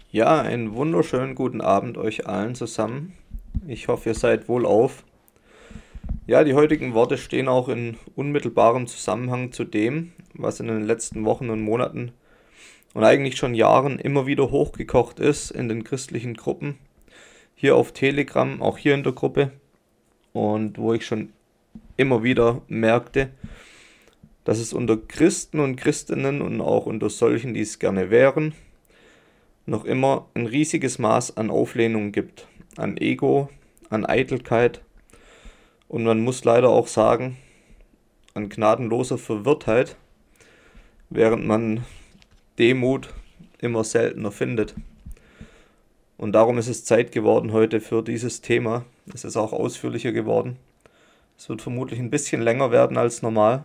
Ja, einen wunderschönen guten Abend euch allen zusammen. Ich hoffe, ihr seid wohlauf. Ja, die heutigen Worte stehen auch in unmittelbarem Zusammenhang zu dem, was in den letzten Wochen und Monaten und eigentlich schon Jahren immer wieder hochgekocht ist in den christlichen Gruppen. Hier auf Telegram, auch hier in der Gruppe. Und wo ich schon immer wieder merkte, dass es unter Christen und Christinnen und auch unter solchen, die es gerne wären, noch immer ein riesiges Maß an Auflehnung gibt, an Ego, an Eitelkeit und man muss leider auch sagen, an gnadenloser Verwirrtheit, während man Demut immer seltener findet. Und darum ist es Zeit geworden heute für dieses Thema. Es ist auch ausführlicher geworden. Es wird vermutlich ein bisschen länger werden als normal,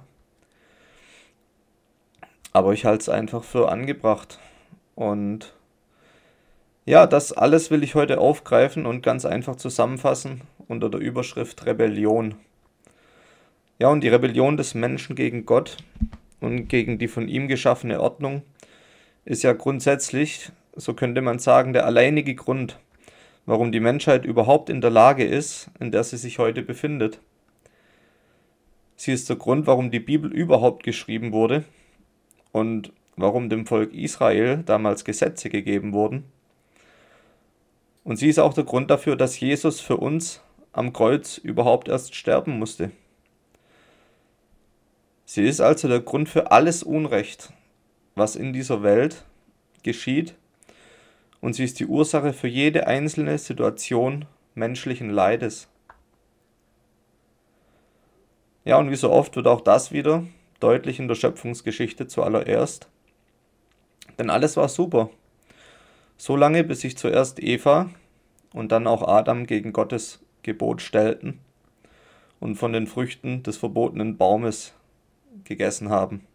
aber ich halte es einfach für angebracht. Und ja, das alles will ich heute aufgreifen und ganz einfach zusammenfassen unter der Überschrift Rebellion. Ja, und die Rebellion des Menschen gegen Gott und gegen die von ihm geschaffene Ordnung ist ja grundsätzlich, so könnte man sagen, der alleinige Grund, warum die Menschheit überhaupt in der Lage ist, in der sie sich heute befindet. Sie ist der Grund, warum die Bibel überhaupt geschrieben wurde und warum dem Volk Israel damals Gesetze gegeben wurden. Und sie ist auch der Grund dafür, dass Jesus für uns am Kreuz überhaupt erst sterben musste. Sie ist also der Grund für alles Unrecht, was in dieser Welt geschieht, und sie ist die Ursache für jede einzelne Situation menschlichen Leides. Ja, und wie so oft wird auch das wieder deutlich in der Schöpfungsgeschichte zuallererst. Denn alles war super, so lange bis sich zuerst Eva und dann auch Adam gegen Gottes Gebot stellten und von den Früchten des verbotenen Baumes gegessen haben.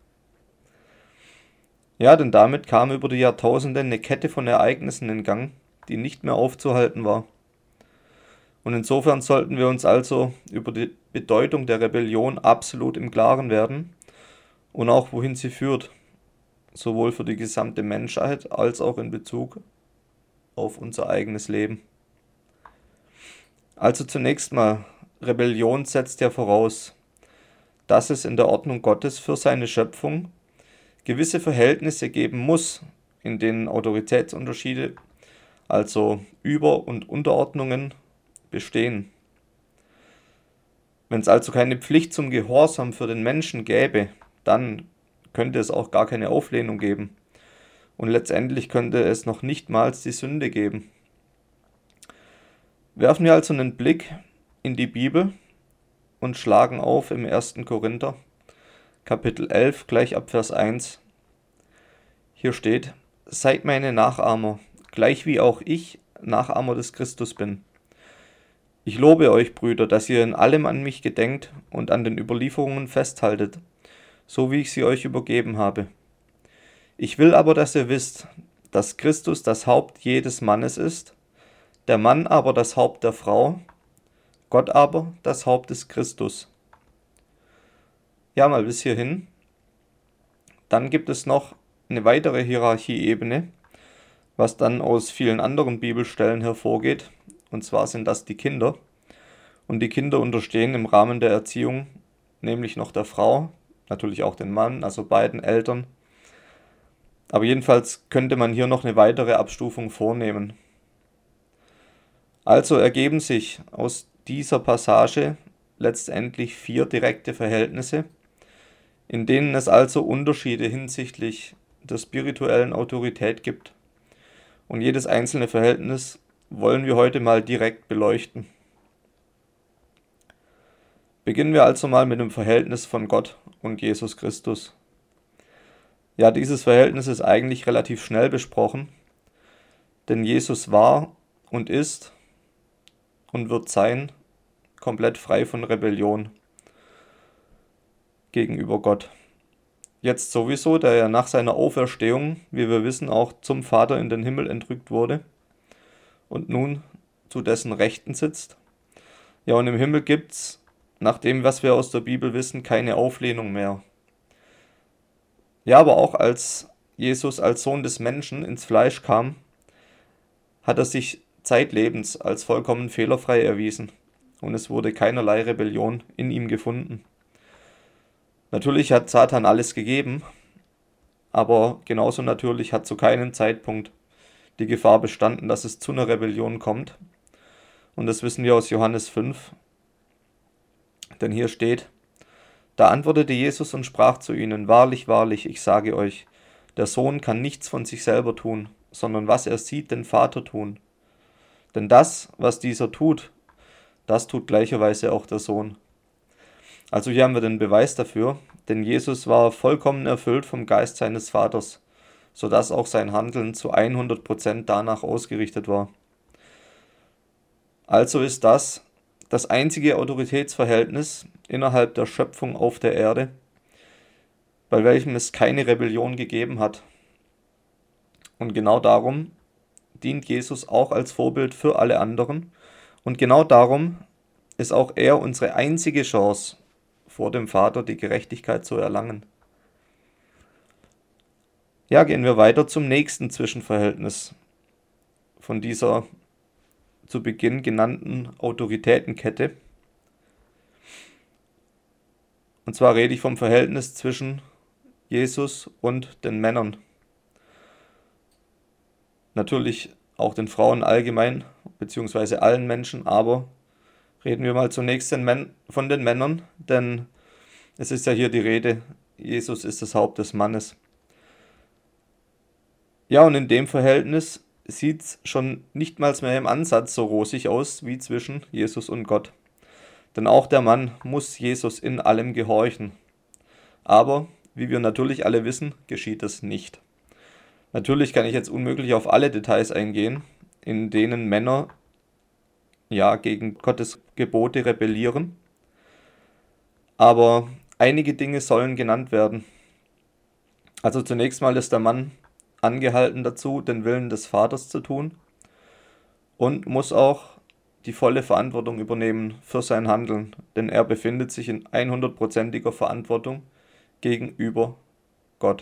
Ja, denn damit kam über die Jahrtausende eine Kette von Ereignissen in Gang, die nicht mehr aufzuhalten war. Und insofern sollten wir uns also über die Bedeutung der Rebellion absolut im Klaren werden und auch wohin sie führt, sowohl für die gesamte Menschheit als auch in Bezug auf unser eigenes Leben. Also zunächst mal, Rebellion setzt ja voraus, dass es in der Ordnung Gottes für seine Schöpfung gewisse Verhältnisse geben muss, in denen Autoritätsunterschiede, also Über- und Unterordnungen, bestehen. Wenn es also keine Pflicht zum Gehorsam für den Menschen gäbe, dann könnte es auch gar keine Auflehnung geben. Und letztendlich könnte es noch nichtmals die Sünde geben. Werfen wir also einen Blick in die Bibel und schlagen auf im 1. Korinther, Kapitel 11, gleich ab Vers 1. Hier steht: Seid meine Nachahmer, gleich wie auch ich Nachahmer des Christus bin. Ich lobe euch, Brüder, dass ihr in allem an mich gedenkt und an den Überlieferungen festhaltet, so wie ich sie euch übergeben habe. Ich will aber, dass ihr wisst, dass Christus das Haupt jedes Mannes ist, der Mann aber das Haupt der Frau, Gott aber das Haupt des Christus. Ja, mal bis hierhin. Dann gibt es noch eine weitere Hierarchieebene, was dann aus vielen anderen Bibelstellen hervorgeht, und zwar sind das die Kinder. Und die Kinder unterstehen im Rahmen der Erziehung nämlich noch der Frau, natürlich auch den Mann, also beiden Eltern. Aber jedenfalls könnte man hier noch eine weitere Abstufung vornehmen. Also ergeben sich aus dieser Passage letztendlich 4 direkte Verhältnisse, in denen es also Unterschiede hinsichtlich der spirituellen Autorität gibt. Und jedes einzelne Verhältnis wollen wir heute mal direkt beleuchten. Beginnen wir also mal mit dem Verhältnis von Gott und Jesus Christus. Ja, dieses Verhältnis ist eigentlich relativ schnell besprochen, denn Jesus war und ist und wird sein komplett frei von Rebellion gegenüber Gott. Jetzt sowieso, da er nach seiner Auferstehung, wie wir wissen, auch zum Vater in den Himmel entrückt wurde und nun zu dessen Rechten sitzt. Ja, und im Himmel gibt's, nach dem, was wir aus der Bibel wissen, keine Auflehnung mehr. Ja, aber auch als Jesus als Sohn des Menschen ins Fleisch kam, hat er sich zeitlebens als vollkommen fehlerfrei erwiesen und es wurde keinerlei Rebellion in ihm gefunden. Natürlich hat Satan alles gegeben, aber genauso natürlich hat zu keinem Zeitpunkt die Gefahr bestanden, dass es zu einer Rebellion kommt. Und das wissen wir aus Johannes 5, denn hier steht: Da antwortete Jesus und sprach zu ihnen: Wahrlich, wahrlich, ich sage euch, der Sohn kann nichts von sich selber tun, sondern was er sieht, den Vater tun. Denn das, was dieser tut, das tut gleicherweise auch der Sohn. Also hier haben wir den Beweis dafür, denn Jesus war vollkommen erfüllt vom Geist seines Vaters, sodass auch sein Handeln zu 100% danach ausgerichtet war. Also ist das einzige Autoritätsverhältnis innerhalb der Schöpfung auf der Erde, bei welchem es keine Rebellion gegeben hat. Und genau darum dient Jesus auch als Vorbild für alle anderen. Und genau darum ist auch er unsere einzige Chance, vor dem Vater die Gerechtigkeit zu erlangen. Ja, gehen wir weiter zum nächsten Zwischenverhältnis von dieser zu Beginn genannten Autoritätenkette. Und zwar rede ich vom Verhältnis zwischen Jesus und den Männern. Natürlich auch den Frauen allgemein, beziehungsweise allen Menschen, aber reden wir mal zunächst von den Männern, denn es ist ja hier die Rede, Jesus ist das Haupt des Mannes. Ja, und in dem Verhältnis sieht es schon nicht mal mehr im Ansatz so rosig aus wie zwischen Jesus und Gott. Denn auch der Mann muss Jesus in allem gehorchen. Aber, wie wir natürlich alle wissen, geschieht es nicht. Natürlich kann ich jetzt unmöglich auf alle Details eingehen, in denen Männer ja gegen Gottes Gebote rebellieren. Aber einige Dinge sollen genannt werden. Also zunächst mal ist der Mann angehalten dazu, den Willen des Vaters zu tun und muss auch die volle Verantwortung übernehmen für sein Handeln, denn er befindet sich in 100%iger Verantwortung gegenüber Gott.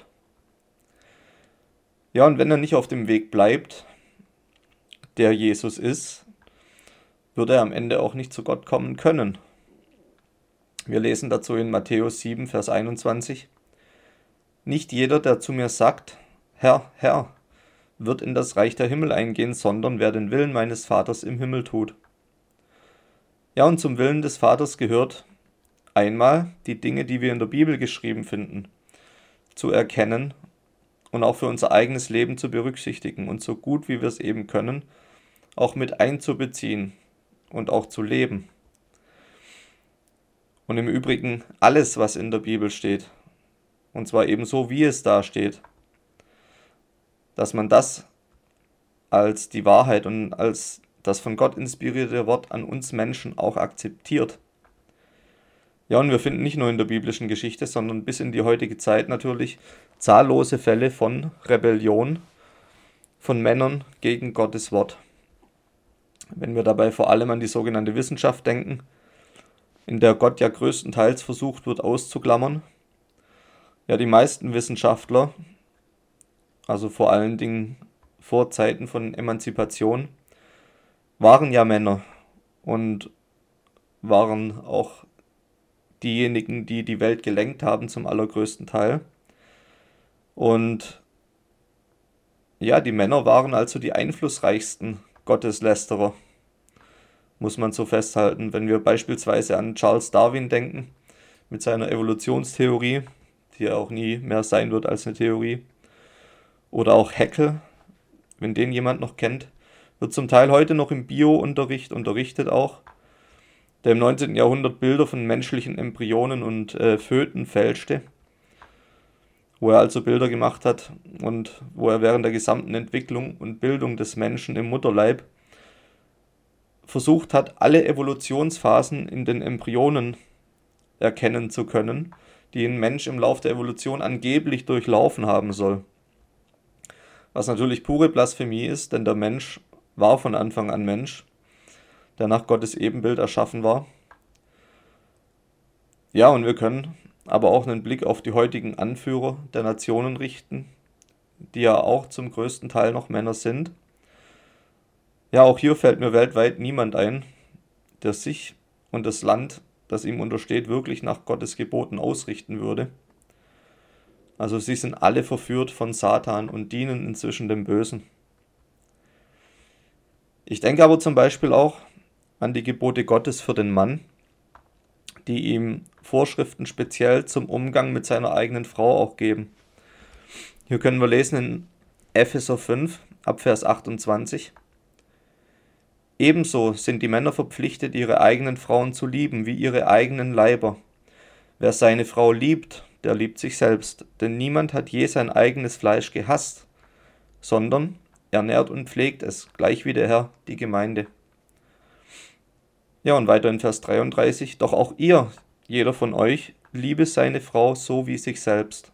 Ja, und wenn er nicht auf dem Weg bleibt, der Jesus ist, wird er am Ende auch nicht zu Gott kommen können. Wir lesen dazu in Matthäus 7, Vers 21: Nicht jeder, der zu mir sagt, Herr, Herr, wird in das Reich der Himmel eingehen, sondern wer den Willen meines Vaters im Himmel tut. Ja, und zum Willen des Vaters gehört einmal die Dinge, die wir in der Bibel geschrieben finden, zu erkennen und auch für unser eigenes Leben zu berücksichtigen und so gut wie wir es eben können, auch mit einzubeziehen und auch zu leben. Und im Übrigen alles, was in der Bibel steht, und zwar ebenso, wie es da steht, dass man das als die Wahrheit und als das von Gott inspirierte Wort an uns Menschen auch akzeptiert. Ja, und wir finden nicht nur in der biblischen Geschichte, sondern bis in die heutige Zeit natürlich zahllose Fälle von Rebellion von Männern gegen Gottes Wort. Wenn wir dabei vor allem an die sogenannte Wissenschaft denken, in der Gott ja größtenteils versucht wird auszuklammern. Ja, die meisten Wissenschaftler, also vor allen Dingen vor Zeiten von Emanzipation, waren ja Männer und waren auch diejenigen, die die Welt gelenkt haben zum allergrößten Teil. Und ja, die Männer waren also die einflussreichsten Gotteslästerer, muss man so festhalten. Wenn wir beispielsweise an Charles Darwin denken, mit seiner Evolutionstheorie, die ja auch nie mehr sein wird als eine Theorie, oder auch Haeckel, wenn den jemand noch kennt, wird zum Teil heute noch im Bio-Unterricht unterrichtet auch, der im 19. Jahrhundert Bilder von menschlichen Embryonen und Föten fälschte, wo er also Bilder gemacht hat und wo er während der gesamten Entwicklung und Bildung des Menschen im Mutterleib versucht hat, alle Evolutionsphasen in den Embryonen erkennen zu können, die ein Mensch im Lauf der Evolution angeblich durchlaufen haben soll. Was natürlich pure Blasphemie ist, denn der Mensch war von Anfang an Mensch, der nach Gottes Ebenbild erschaffen war. Ja, und wir können aber auch einen Blick auf die heutigen Anführer der Nationen richten, die ja auch zum größten Teil noch Männer sind. Ja, auch hier fällt mir weltweit niemand ein, der sich und das Land, das ihm untersteht, wirklich nach Gottes Geboten ausrichten würde. Also sie sind alle verführt von Satan und dienen inzwischen dem Bösen. Ich denke aber zum Beispiel auch an die Gebote Gottes für den Mann, die ihm Vorschriften speziell zum Umgang mit seiner eigenen Frau auch geben. Hier können wir lesen in Epheser 5, ab Vers 28. Ebenso sind die Männer verpflichtet, ihre eigenen Frauen zu lieben, wie ihre eigenen Leiber. Wer seine Frau liebt, der liebt sich selbst, denn niemand hat je sein eigenes Fleisch gehasst, sondern ernährt und pflegt es, gleich wie der Herr die Gemeinde. Ja, und weiter in Vers 33, doch auch ihr, jeder von euch, liebe seine Frau so wie sich selbst.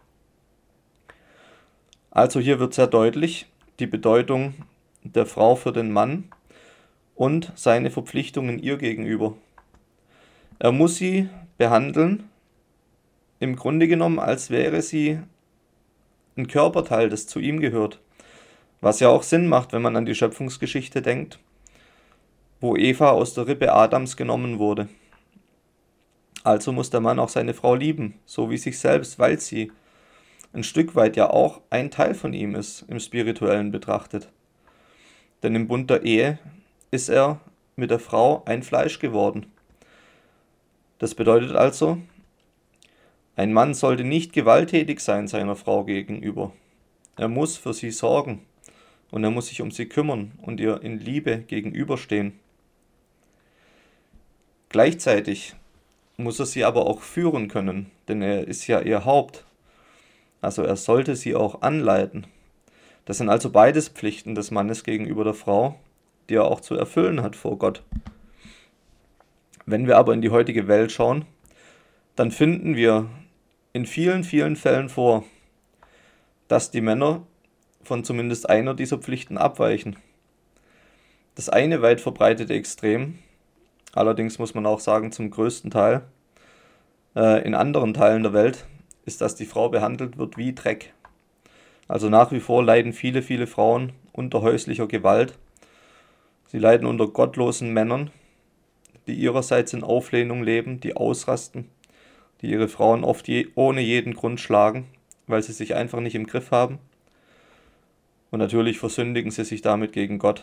Also hier wird sehr deutlich die Bedeutung der Frau für den Mann und seine Verpflichtungen ihr gegenüber. Er muss sie behandeln, im Grunde genommen, als wäre sie ein Körperteil, das zu ihm gehört. Was ja auch Sinn macht, wenn man an die Schöpfungsgeschichte denkt, wo Eva aus der Rippe Adams genommen wurde. Also muss der Mann auch seine Frau lieben, so wie sich selbst, weil sie ein Stück weit ja auch ein Teil von ihm ist, im Spirituellen betrachtet. Denn im Bund der Ehe ist er mit der Frau ein Fleisch geworden. Das bedeutet also, ein Mann sollte nicht gewalttätig sein seiner Frau gegenüber. Er muss für sie sorgen und er muss sich um sie kümmern und ihr in Liebe gegenüberstehen. Gleichzeitig muss er sie aber auch führen können, denn er ist ja ihr Haupt. Also er sollte sie auch anleiten. Das sind also beides Pflichten des Mannes gegenüber der Frau, die er auch zu erfüllen hat vor Gott. Wenn wir aber in die heutige Welt schauen, dann finden wir in vielen, vielen Fällen vor, dass die Männer von zumindest einer dieser Pflichten abweichen. Das eine weit verbreitete Extrem, allerdings muss man auch sagen zum größten Teil, in anderen Teilen der Welt, ist, dass die Frau behandelt wird wie Dreck. Also nach wie vor leiden viele, viele Frauen unter häuslicher Gewalt. Sie leiden unter gottlosen Männern, die ihrerseits in Auflehnung leben, die ausrasten, die ihre Frauen oft ohne jeden Grund schlagen, weil sie sich einfach nicht im Griff haben. Und natürlich versündigen sie sich damit gegen Gott.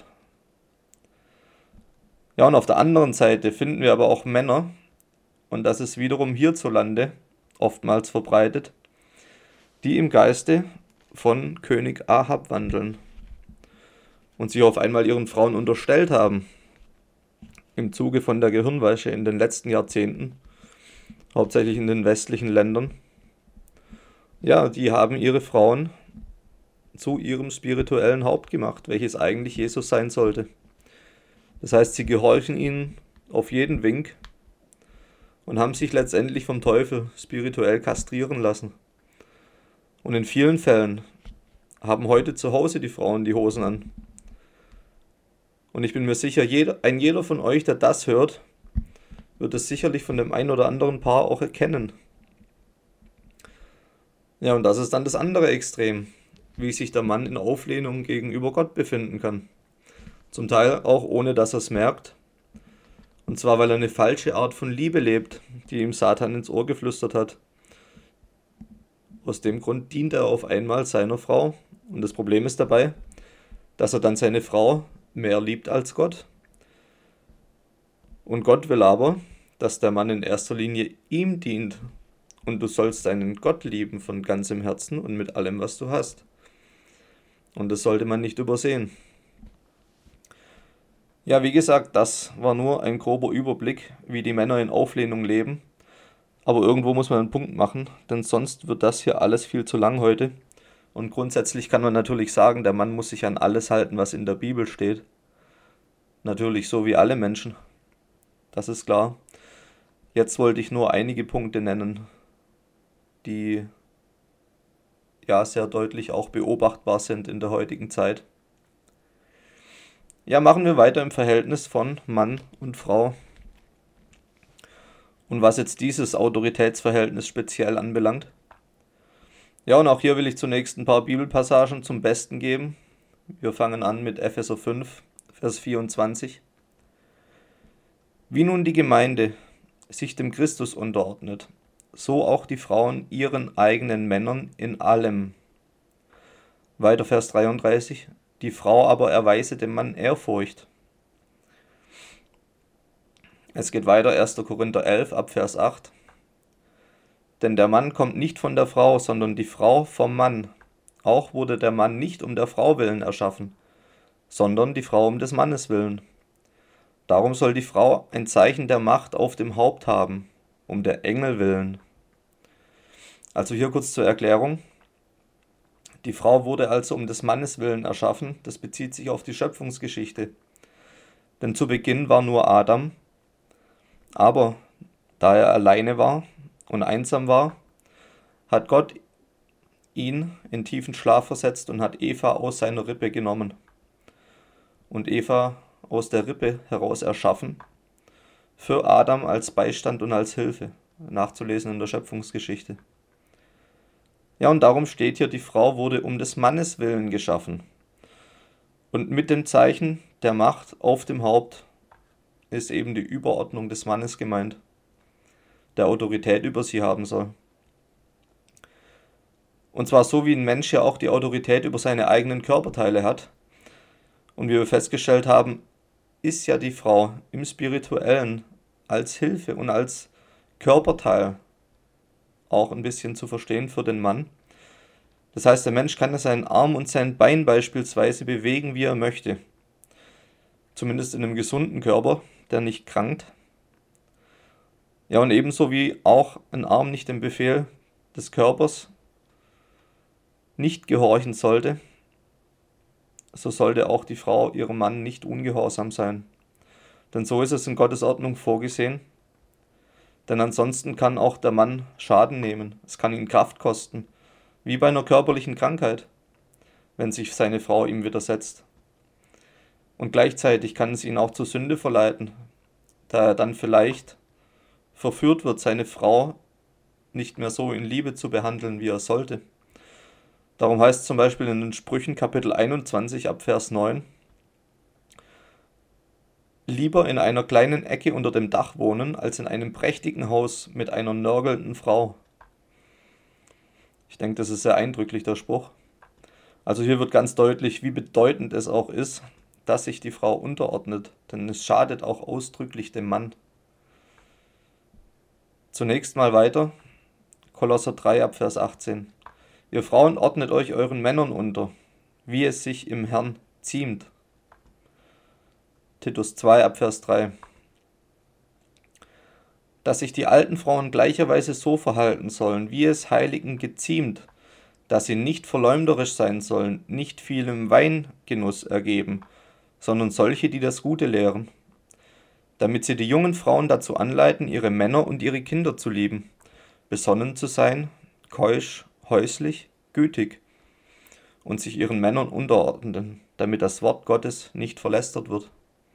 Ja, und auf der anderen Seite finden wir aber auch Männer, und das ist wiederum hierzulande oftmals verbreitet, die im Geiste von König Ahab wandeln und sich auf einmal ihren Frauen unterstellt haben. Im Zuge von der Gehirnwäsche in den letzten Jahrzehnten, hauptsächlich in den westlichen Ländern. Ja, die haben ihre Frauen zu ihrem spirituellen Haupt gemacht, welches eigentlich Jesus sein sollte. Das heißt, sie gehorchen ihnen auf jeden Wink und haben sich letztendlich vom Teufel spirituell kastrieren lassen. Und in vielen Fällen haben heute zu Hause die Frauen die Hosen an. Und ich bin mir sicher, jeder von euch, der das hört, wird es sicherlich von dem einen oder anderen Paar auch erkennen. Ja, und das ist dann das andere Extrem, wie sich der Mann in Auflehnung gegenüber Gott befinden kann. Zum Teil auch ohne, dass er es merkt. Und zwar, weil er eine falsche Art von Liebe lebt, die ihm Satan ins Ohr geflüstert hat. Aus dem Grund dient er auf einmal seiner Frau. Und das Problem ist dabei, dass er dann seine Frau mehr liebt als Gott. Und Gott will aber, dass der Mann in erster Linie ihm dient. Und du sollst deinen Gott lieben von ganzem Herzen und mit allem, was du hast. Und das sollte man nicht übersehen. Ja, wie gesagt, das war nur ein grober Überblick, wie die Männer in Auflehnung leben. Aber irgendwo muss man einen Punkt machen, denn sonst wird das hier alles viel zu lang heute. Und grundsätzlich kann man natürlich sagen, der Mann muss sich an alles halten, was in der Bibel steht. Natürlich so wie alle Menschen. Das ist klar. Jetzt wollte ich nur einige Punkte nennen, die ja sehr deutlich auch beobachtbar sind in der heutigen Zeit. Ja, machen wir weiter im Verhältnis von Mann und Frau. Und was jetzt dieses Autoritätsverhältnis speziell anbelangt. Ja, und auch hier will ich zunächst ein paar Bibelpassagen zum Besten geben. Wir fangen an mit Epheser 5, Vers 24. Wie nun die Gemeinde sich dem Christus unterordnet, so auch die Frauen ihren eigenen Männern in allem. Weiter Vers 33. Die Frau aber erweise dem Mann Ehrfurcht. Es geht weiter, 1. Korinther 11 ab Vers 8. Denn der Mann kommt nicht von der Frau, sondern die Frau vom Mann. Auch wurde der Mann nicht um der Frau willen erschaffen, sondern die Frau um des Mannes willen. Darum soll die Frau ein Zeichen der Macht auf dem Haupt haben, um der Engel willen. Also hier kurz zur Erklärung. Die Frau wurde also um des Mannes willen erschaffen. Das bezieht sich auf die Schöpfungsgeschichte. Denn zu Beginn war nur Adam, aber da er alleine war und einsam war, hat Gott ihn in tiefen Schlaf versetzt und hat Eva aus seiner Rippe genommen und Eva aus der Rippe heraus erschaffen, für Adam als Beistand und als Hilfe, nachzulesen in der Schöpfungsgeschichte. Ja, und darum steht hier, die Frau wurde um des Mannes willen geschaffen. Und mit dem Zeichen der Macht auf dem Haupt ist eben die Überordnung des Mannes gemeint, der Autorität über sie haben soll. Und zwar so, wie ein Mensch ja auch die Autorität über seine eigenen Körperteile hat. Und wie wir festgestellt haben, ist ja die Frau im Spirituellen als Hilfe und als Körperteil auch ein bisschen zu verstehen für den Mann. Das heißt, der Mensch kann seinen Arm und sein Bein beispielsweise bewegen, wie er möchte. Zumindest in einem gesunden Körper, der nicht krankt. Ja, und ebenso wie auch ein Arm nicht dem Befehl des Körpers nicht gehorchen sollte, so sollte auch die Frau ihrem Mann nicht ungehorsam sein. Denn so ist es in Gottes Ordnung vorgesehen. Denn ansonsten kann auch der Mann Schaden nehmen. Es kann ihn Kraft kosten, wie bei einer körperlichen Krankheit, wenn sich seine Frau ihm widersetzt. Und gleichzeitig kann es ihn auch zur Sünde verleiten, da er dann vielleicht verführt wird, seine Frau nicht mehr so in Liebe zu behandeln, wie er sollte. Darum heißt es zum Beispiel in den Sprüchen Kapitel 21 ab Vers 9, lieber in einer kleinen Ecke unter dem Dach wohnen, als in einem prächtigen Haus mit einer nörgelnden Frau. Ich denke, das ist sehr eindrücklich, der Spruch. Also hier wird ganz deutlich, wie bedeutend es auch ist, dass sich die Frau unterordnet, denn es schadet auch ausdrücklich dem Mann. Zunächst mal weiter, Kolosser 3 ab Vers 18. Ihr Frauen ordnet euch euren Männern unter, wie es sich im Herrn ziemt. Titus 2 ab Vers 3. Dass sich die alten Frauen gleicherweise so verhalten sollen, wie es Heiligen geziemt, dass sie nicht verleumderisch sein sollen, nicht vielem Weingenuss ergeben, sondern solche, die das Gute lehren, damit sie die jungen Frauen dazu anleiten, ihre Männer und ihre Kinder zu lieben, besonnen zu sein, keusch, häuslich, gütig und sich ihren Männern unterordnen, damit das Wort Gottes nicht verlästert wird.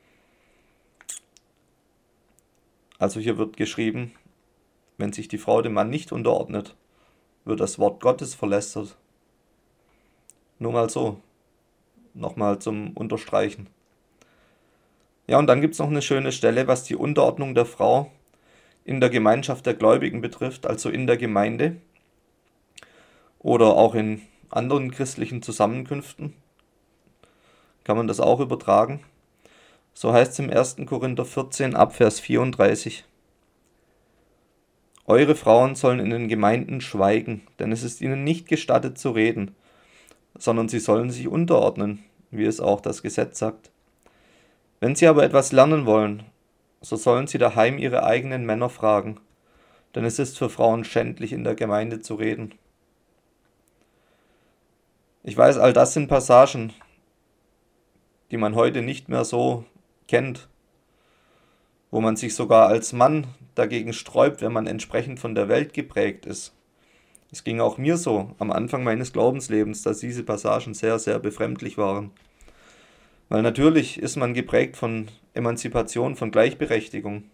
Also hier wird geschrieben, wenn sich die Frau dem Mann nicht unterordnet, wird das Wort Gottes verlästert. Nur mal so, nochmal zum Unterstreichen. Ja, und dann gibt es noch eine schöne Stelle, was die Unterordnung der Frau in der Gemeinschaft der Gläubigen betrifft, also in der Gemeinde oder auch in anderen christlichen Zusammenkünften, kann man das auch übertragen. So heißt es im 1. Korinther 14 ab Vers 34. Eure Frauen sollen in den Gemeinden schweigen, denn es ist ihnen nicht gestattet zu reden, sondern sie sollen sich unterordnen, wie es auch das Gesetz sagt. Wenn sie aber etwas lernen wollen, so sollen sie daheim ihre eigenen Männer fragen, denn es ist für Frauen schändlich, in der Gemeinde zu reden. Ich weiß, all das sind Passagen, die man heute nicht mehr so kennt, wo man sich sogar als Mann dagegen sträubt, wenn man entsprechend von der Welt geprägt ist. Es ging auch mir so am Anfang meines Glaubenslebens, dass diese Passagen sehr, sehr befremdlich waren. Weil natürlich ist man geprägt von Emanzipation, von Gleichberechtigung.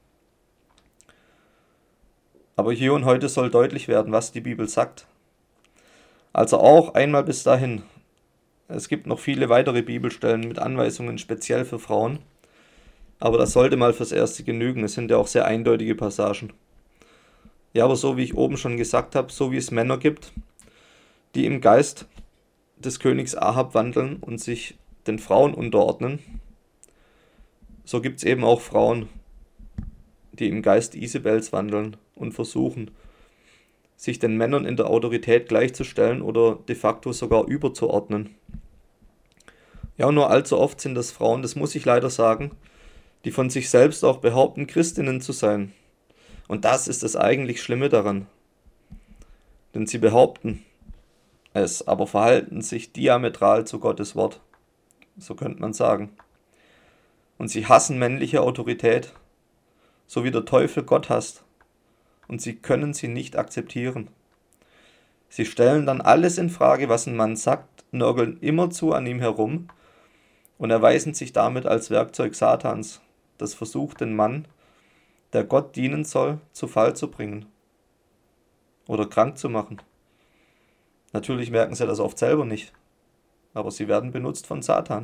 Aber hier und heute soll deutlich werden, was die Bibel sagt. Also auch einmal bis dahin Es gibt noch viele weitere Bibelstellen mit Anweisungen speziell für Frauen, aber das sollte mal fürs Erste genügen. Es sind ja auch sehr eindeutige Passagen. Ja, aber so wie ich oben schon gesagt habe, so wie es Männer gibt, die im Geist des Königs Ahab wandeln und sich den Frauen unterordnen, so gibt es eben auch Frauen, die im Geist Isabels wandeln und versuchen, sich den Männern in der Autorität gleichzustellen oder de facto sogar überzuordnen. Ja, und nur allzu oft sind das Frauen, das muss ich leider sagen, die von sich selbst auch behaupten, Christinnen zu sein. Und das ist das eigentlich Schlimme daran. Denn sie behaupten es, aber verhalten sich diametral zu Gottes Wort. So könnte man sagen. Und sie hassen männliche Autorität, so wie der Teufel Gott hasst. Und sie können sie nicht akzeptieren. Sie stellen dann alles in Frage, was ein Mann sagt, nörgeln immerzu an ihm herum und erweisen sich damit als Werkzeug Satans, das versucht, den Mann, der Gott dienen soll, zu Fall zu bringen oder krank zu machen. Natürlich merken sie das oft selber nicht, aber sie werden benutzt von Satan.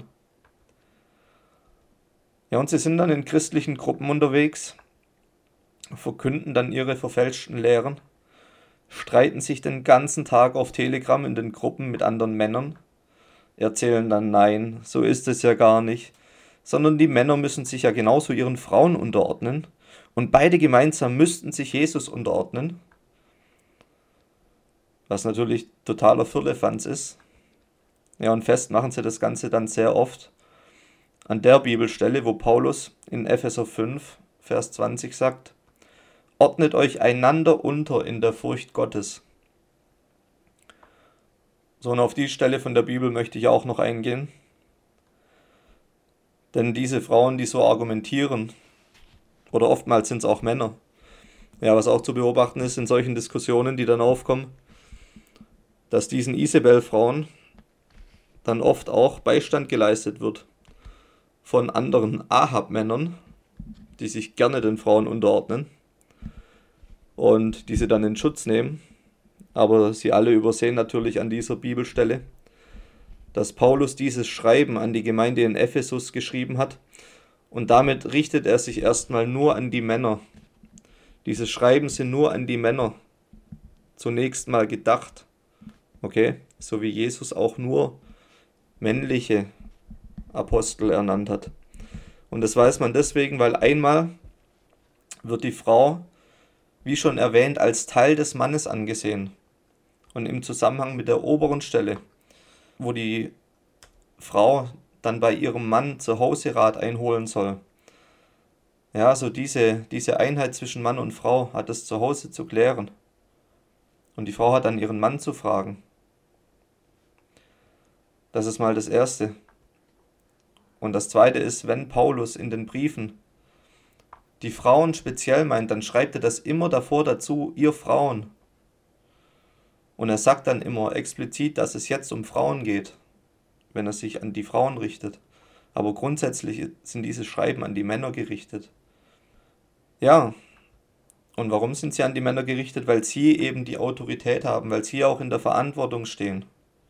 Ja, und sie sind dann in christlichen Gruppen unterwegs, verkünden dann ihre verfälschten Lehren, streiten sich den ganzen Tag auf Telegram in den Gruppen mit anderen Männern, erzählen dann, nein, so ist es ja gar nicht, sondern die Männer müssen sich ja genauso ihren Frauen unterordnen und beide gemeinsam müssten sich Jesus unterordnen, was natürlich totaler Firlefanz ist. Ja, und festmachen sie das Ganze dann sehr oft an der Bibelstelle, wo Paulus in Epheser 5, Vers 20 sagt, ordnet euch einander unter in der Furcht Gottes. So, und auf die Stelle von der Bibel möchte ich auch noch eingehen. Denn diese Frauen, die so argumentieren, oder oftmals sind es auch Männer, ja, was auch zu beobachten ist in solchen Diskussionen, die dann aufkommen, dass diesen Isabel-Frauen dann oft auch Beistand geleistet wird von anderen Ahab-Männern, die sich gerne den Frauen unterordnen und diese dann in Schutz nehmen. Aber sie alle übersehen natürlich an dieser Bibelstelle, dass Paulus dieses Schreiben an die Gemeinde in Ephesus geschrieben hat und damit richtet er sich erstmal nur an die Männer. Diese Schreiben sind nur an die Männer zunächst mal gedacht. Okay, so wie Jesus auch nur männliche Apostel ernannt hat. Und das weiß man deswegen, weil einmal wird die Frau, wie schon erwähnt, als Teil des Mannes angesehen. Und im Zusammenhang mit der oberen Stelle, wo die Frau dann bei ihrem Mann zu Hause Rat einholen soll. Ja, so diese Einheit zwischen Mann und Frau hat es zu Hause zu klären. Und die Frau hat dann ihren Mann zu fragen. Das ist mal das Erste. Und das Zweite ist, wenn Paulus in den Briefen die Frauen speziell meint, dann schreibt er das immer davor dazu, ihr Frauen. Und er sagt dann immer explizit, dass es jetzt um Frauen geht, wenn er sich an die Frauen richtet. Aber grundsätzlich sind diese Schreiben an die Männer gerichtet. Ja, und warum sind sie an die Männer gerichtet? Weil sie eben die Autorität haben, weil sie auch in der Verantwortung stehen.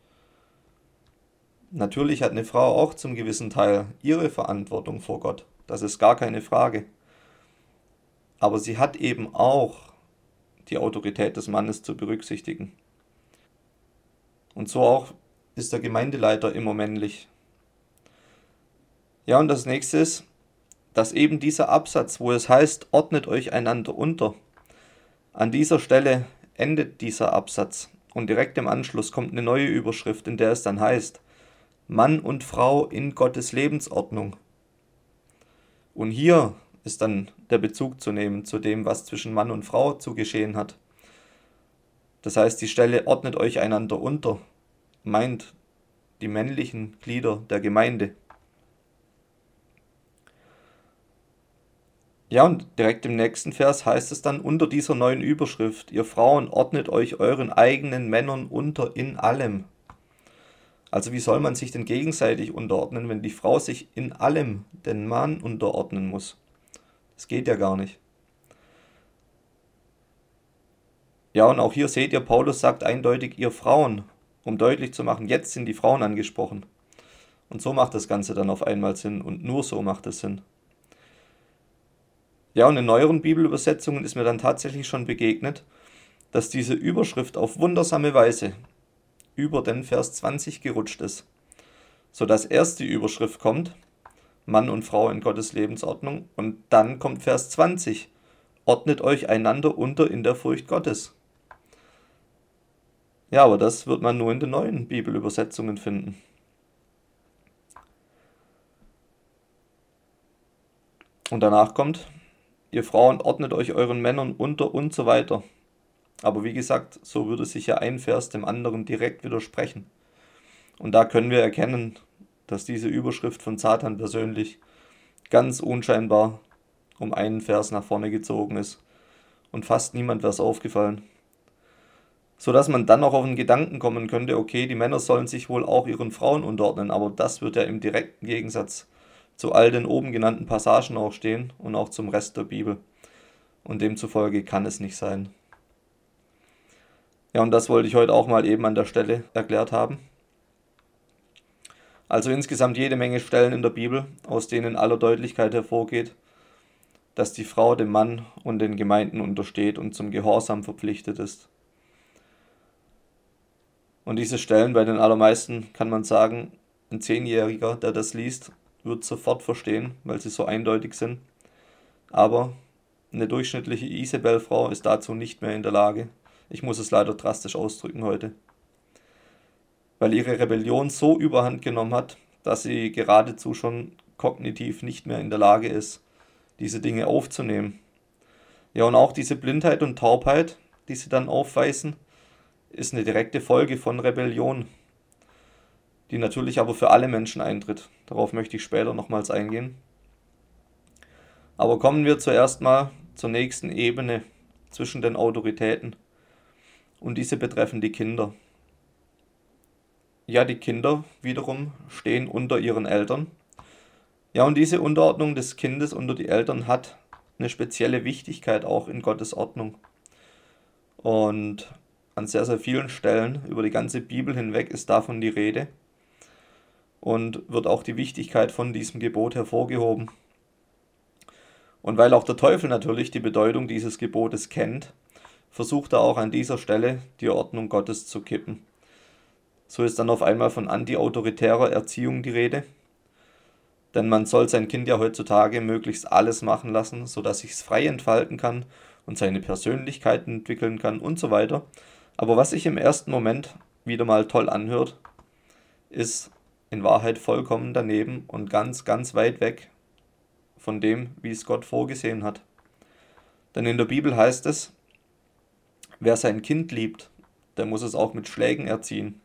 Natürlich hat eine Frau auch zum gewissen Teil ihre Verantwortung vor Gott. Das ist gar keine Frage. Aber sie hat eben auch die Autorität des Mannes zu berücksichtigen. Und so auch ist der Gemeindeleiter immer männlich. Ja, und das nächste ist, dass eben dieser Absatz, wo es heißt, ordnet euch einander unter, an dieser Stelle endet dieser Absatz und direkt im Anschluss kommt eine neue Überschrift, in der es dann heißt, Mann und Frau in Gottes Lebensordnung. Und hier ist dann der Bezug zu nehmen zu dem, was zwischen Mann und Frau zu geschehen hat. Das heißt, die Stelle ordnet euch einander unter, meint die männlichen Glieder der Gemeinde. Ja, und direkt im nächsten Vers heißt es dann unter dieser neuen Überschrift, ihr Frauen ordnet euch euren eigenen Männern unter in allem. Also wie soll man sich denn gegenseitig unterordnen, wenn die Frau sich in allem den Mann unterordnen muss? Das geht ja gar nicht. Ja, und auch hier seht ihr, Paulus sagt eindeutig, ihr Frauen um deutlich zu machen, jetzt sind die Frauen angesprochen. Und so macht das Ganze dann auf einmal Sinn und nur so macht es Sinn. Ja, und in neueren Bibelübersetzungen ist mir dann tatsächlich schon begegnet, dass diese Überschrift auf wundersame Weise über den Vers 20 gerutscht ist, sodass erst die Überschrift kommt, Mann und Frau in Gottes Lebensordnung, und dann kommt Vers 20, ordnet euch einander unter in der Furcht Gottes. Ja, aber das wird man nur in den neuen Bibelübersetzungen finden. Und danach kommt, ihr Frauen ordnet euch euren Männern unter und so weiter. Aber wie gesagt, so würde sich ja ein Vers dem anderen direkt widersprechen. Und da können wir erkennen, dass diese Überschrift von Satan persönlich ganz unscheinbar um einen Vers nach vorne gezogen ist. Und fast niemand wäre es aufgefallen. Sodass man dann auch auf den Gedanken kommen könnte, okay, die Männer sollen sich wohl auch ihren Frauen unterordnen, aber das wird ja im direkten Gegensatz zu all den oben genannten Passagen auch stehen und auch zum Rest der Bibel. Und demzufolge kann es nicht sein. Ja, und das wollte ich heute auch mal eben an der Stelle erklärt haben. Also insgesamt jede Menge Stellen in der Bibel, aus denen in aller Deutlichkeit hervorgeht, dass die Frau dem Mann und den Gemeinden untersteht und zum Gehorsam verpflichtet ist. Und diese Stellen bei den allermeisten kann man sagen, ein 10-Jähriger, der das liest, wird sofort verstehen, weil sie so eindeutig sind. Aber eine durchschnittliche Isabel-Frau ist dazu nicht mehr in der Lage. Ich muss es leider drastisch ausdrücken heute. Weil ihre Rebellion so überhand genommen hat, dass sie geradezu schon kognitiv nicht mehr in der Lage ist, diese Dinge aufzunehmen. Ja, und auch diese Blindheit und Taubheit, die sie dann aufweisen, ist eine direkte Folge von Rebellion, die natürlich aber für alle Menschen eintritt. Darauf möchte ich später nochmals eingehen. Aber kommen wir zuerst mal zur nächsten Ebene zwischen den Autoritäten. Und diese betreffen die Kinder. Ja, die Kinder wiederum stehen unter ihren Eltern. Ja, und diese Unterordnung des Kindes unter die Eltern hat eine spezielle Wichtigkeit auch in Gottes Ordnung. Und an sehr, sehr vielen Stellen über die ganze Bibel hinweg ist davon die Rede und wird auch die Wichtigkeit von diesem Gebot hervorgehoben. Und weil auch der Teufel natürlich die Bedeutung dieses Gebotes kennt, versucht er auch an dieser Stelle die Ordnung Gottes zu kippen. So ist dann auf einmal von antiautoritärer Erziehung die Rede, denn man soll sein Kind ja heutzutage möglichst alles machen lassen, sodass sich's frei entfalten kann und seine Persönlichkeit entwickeln kann und so weiter. Aber was sich im ersten Moment wieder mal toll anhört, ist in Wahrheit vollkommen daneben und ganz, ganz weit weg von dem, wie es Gott vorgesehen hat. Denn in der Bibel heißt es, wer sein Kind liebt, der muss es auch mit Schlägen erziehen.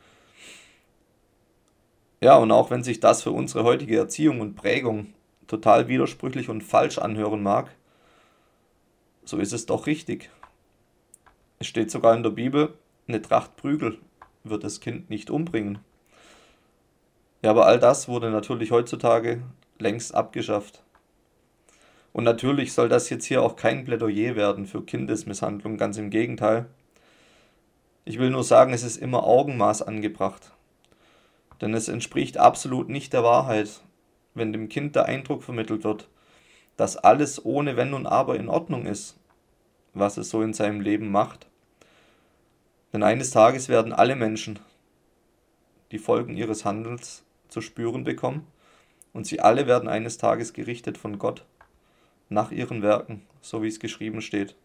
Ja, und auch wenn sich das für unsere heutige Erziehung und Prägung total widersprüchlich und falsch anhören mag, so ist es doch richtig. Es steht sogar in der Bibel, eine Tracht Prügel wird das Kind nicht umbringen. Ja, aber all das wurde natürlich heutzutage längst abgeschafft. Und natürlich soll das jetzt hier auch kein Plädoyer werden für Kindesmisshandlung, ganz im Gegenteil. Ich will nur sagen, es ist immer Augenmaß angebracht. Denn es entspricht absolut nicht der Wahrheit, wenn dem Kind der Eindruck vermittelt wird, dass alles ohne Wenn und Aber in Ordnung ist, was es so in seinem Leben macht. Denn eines Tages werden alle Menschen die Folgen ihres Handelns zu spüren bekommen und sie alle werden eines Tages gerichtet von Gott nach ihren Werken, so wie es geschrieben steht.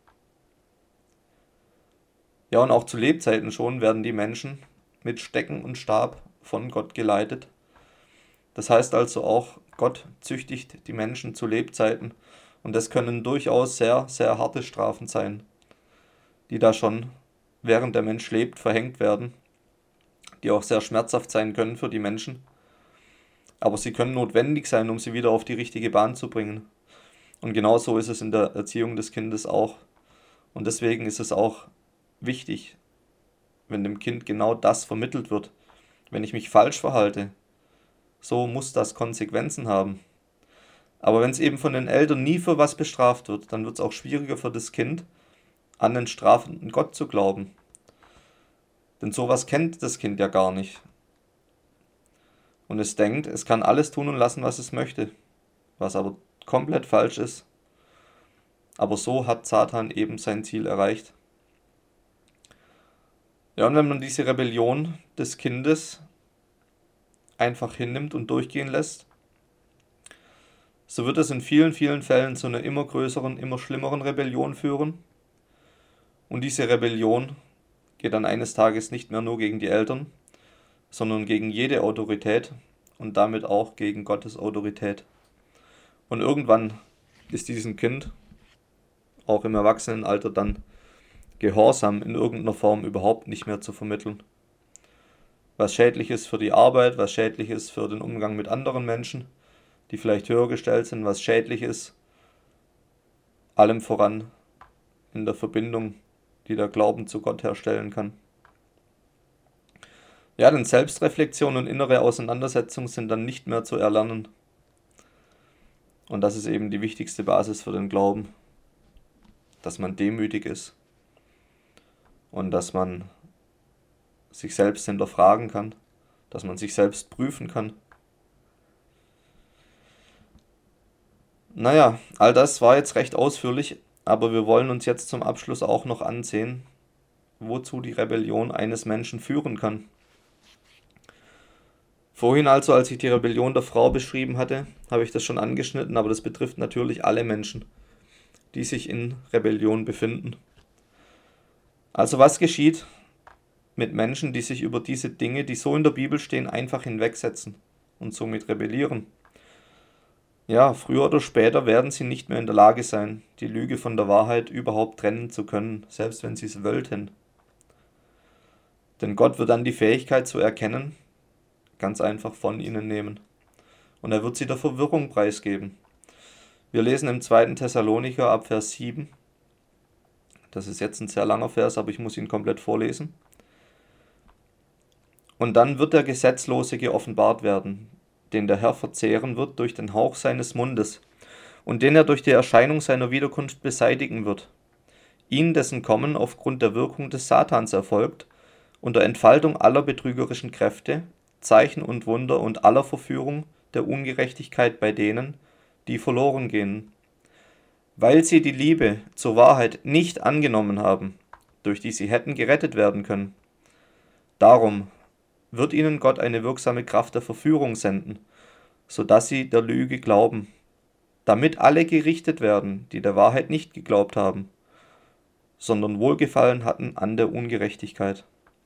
Ja, und auch zu Lebzeiten schon werden die Menschen mit Stecken und Stab von Gott geleitet. Das heißt also auch, Gott züchtigt die Menschen zu Lebzeiten und das können durchaus sehr, sehr harte Strafen sein, die da schon während der Mensch lebt verhängt werden, die auch sehr schmerzhaft sein können für die Menschen. Aber sie können notwendig sein, um sie wieder auf die richtige Bahn zu bringen. Und genauso ist es in der Erziehung des Kindes auch. Und deswegen ist es auch wichtig, wenn dem Kind genau das vermittelt wird. Wenn ich mich falsch verhalte, so muss das Konsequenzen haben. Aber wenn es eben von den Eltern nie für was bestraft wird, dann wird es auch schwieriger für das Kind, an den strafenden Gott zu glauben. Denn sowas kennt das Kind ja gar nicht. Und es denkt, es kann alles tun und lassen, was es möchte, was aber komplett falsch ist. Aber so hat Satan eben sein Ziel erreicht. Ja, und wenn man diese Rebellion des Kindes einfach hinnimmt und durchgehen lässt, so wird es in vielen, vielen Fällen zu einer immer größeren, immer schlimmeren Rebellion führen. Und diese Rebellion geht dann eines Tages nicht mehr nur gegen die Eltern, sondern gegen jede Autorität und damit auch gegen Gottes Autorität. Und irgendwann ist diesem Kind, auch im Erwachsenenalter, dann Gehorsam in irgendeiner Form überhaupt nicht mehr zu vermitteln. Was schädlich ist für die Arbeit, was schädlich ist für den Umgang mit anderen Menschen, die vielleicht höher gestellt sind, was schädlich ist, allem voran in der Verbindung, die der Glauben zu Gott herstellen kann. Ja, denn Selbstreflexion und innere Auseinandersetzung sind dann nicht mehr zu erlernen. Und das ist eben die wichtigste Basis für den Glauben, dass man demütig ist und dass man sich selbst hinterfragen kann, dass man sich selbst prüfen kann. Naja, all das war jetzt recht ausführlich, aber wir wollen uns jetzt zum Abschluss auch noch ansehen, wozu die Rebellion eines Menschen führen kann. Vorhin also, als ich die Rebellion der Frau beschrieben hatte, habe ich das schon angeschnitten, aber das betrifft natürlich alle Menschen, die sich in Rebellion befinden. Also was geschieht mit Menschen, die sich über diese Dinge, die so in der Bibel stehen, einfach hinwegsetzen und somit rebellieren? Ja, früher oder später werden sie nicht mehr in der Lage sein, die Lüge von der Wahrheit überhaupt trennen zu können, selbst wenn sie es wollten. Denn Gott wird dann die Fähigkeit zu erkennen, ganz einfach von ihnen nehmen. Und er wird sie der Verwirrung preisgeben. Wir lesen im 2. Thessalonicher ab Vers 7. Das ist jetzt ein sehr langer Vers, aber ich muss ihn komplett vorlesen. Und dann wird der Gesetzlose geoffenbart werden, den der Herr verzehren wird durch den Hauch seines Mundes und den er durch die Erscheinung seiner Wiederkunft beseitigen wird. Ihn, dessen Kommen aufgrund der Wirkung des Satans erfolgt, unter Entfaltung aller betrügerischen Kräfte, Zeichen und Wunder und aller Verführung der Ungerechtigkeit bei denen, die verloren gehen, weil sie die Liebe zur Wahrheit nicht angenommen haben, durch die sie hätten gerettet werden können. Darum wird ihnen Gott eine wirksame Kraft der Verführung senden, so dass sie der Lüge glauben, damit alle gerichtet werden, die der Wahrheit nicht geglaubt haben, sondern Wohlgefallen hatten an der Ungerechtigkeit.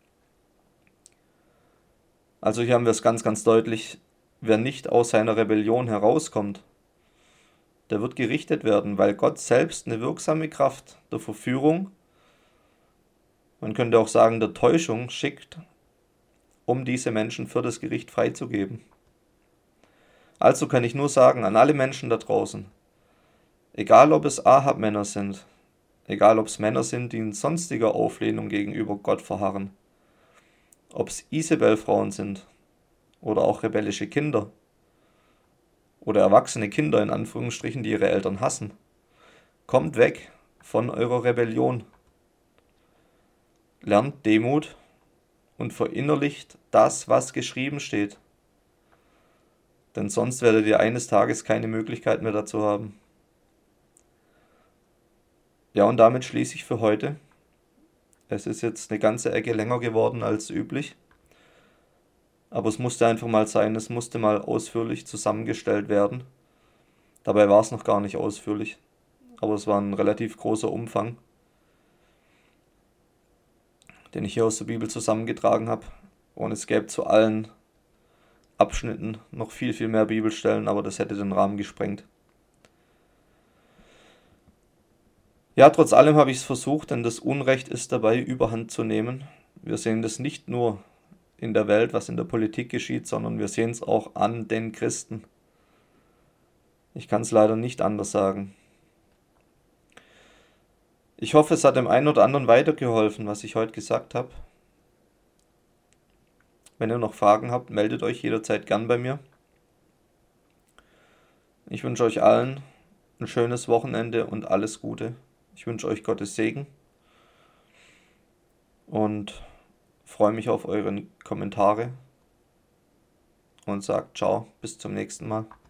Also hier haben wir es ganz, ganz deutlich, wer nicht aus seiner Rebellion herauskommt, der wird gerichtet werden, weil Gott selbst eine wirksame Kraft der Verführung, man könnte auch sagen der Täuschung, schickt, um diese Menschen für das Gericht freizugeben. Also kann ich nur sagen an alle Menschen da draußen, egal ob es Ahab-Männer sind, egal ob es Männer sind, die in sonstiger Auflehnung gegenüber Gott verharren, ob es Isabel-Frauen sind oder auch rebellische Kinder oder erwachsene Kinder in Anführungsstrichen, die ihre Eltern hassen, kommt weg von eurer Rebellion, lernt Demut und verinnerlicht das, was geschrieben steht. Denn sonst werdet ihr eines Tages keine Möglichkeit mehr dazu haben. Ja, und damit schließe ich für heute. Es ist jetzt eine ganze Ecke länger geworden als üblich. Aber es musste einfach mal sein, es musste mal ausführlich zusammengestellt werden. Dabei war es noch gar nicht ausführlich, aber es war ein relativ großer Umfang, den ich hier aus der Bibel zusammengetragen habe. Und es gäbe zu allen Abschnitten noch viel, viel mehr Bibelstellen, aber das hätte den Rahmen gesprengt. Ja, trotz allem habe ich es versucht, denn das Unrecht ist dabei, Überhand zu nehmen. Wir sehen das nicht nur in der Welt, was in der Politik geschieht, sondern wir sehen es auch an den Christen. Ich kann es leider nicht anders sagen. Ich hoffe, es hat dem einen oder anderen weitergeholfen, was ich heute gesagt habe. Wenn ihr noch Fragen habt, meldet euch jederzeit gern bei mir. Ich wünsche euch allen ein schönes Wochenende und alles Gute. Ich wünsche euch Gottes Segen und freue mich auf eure Kommentare und sage ciao, bis zum nächsten Mal.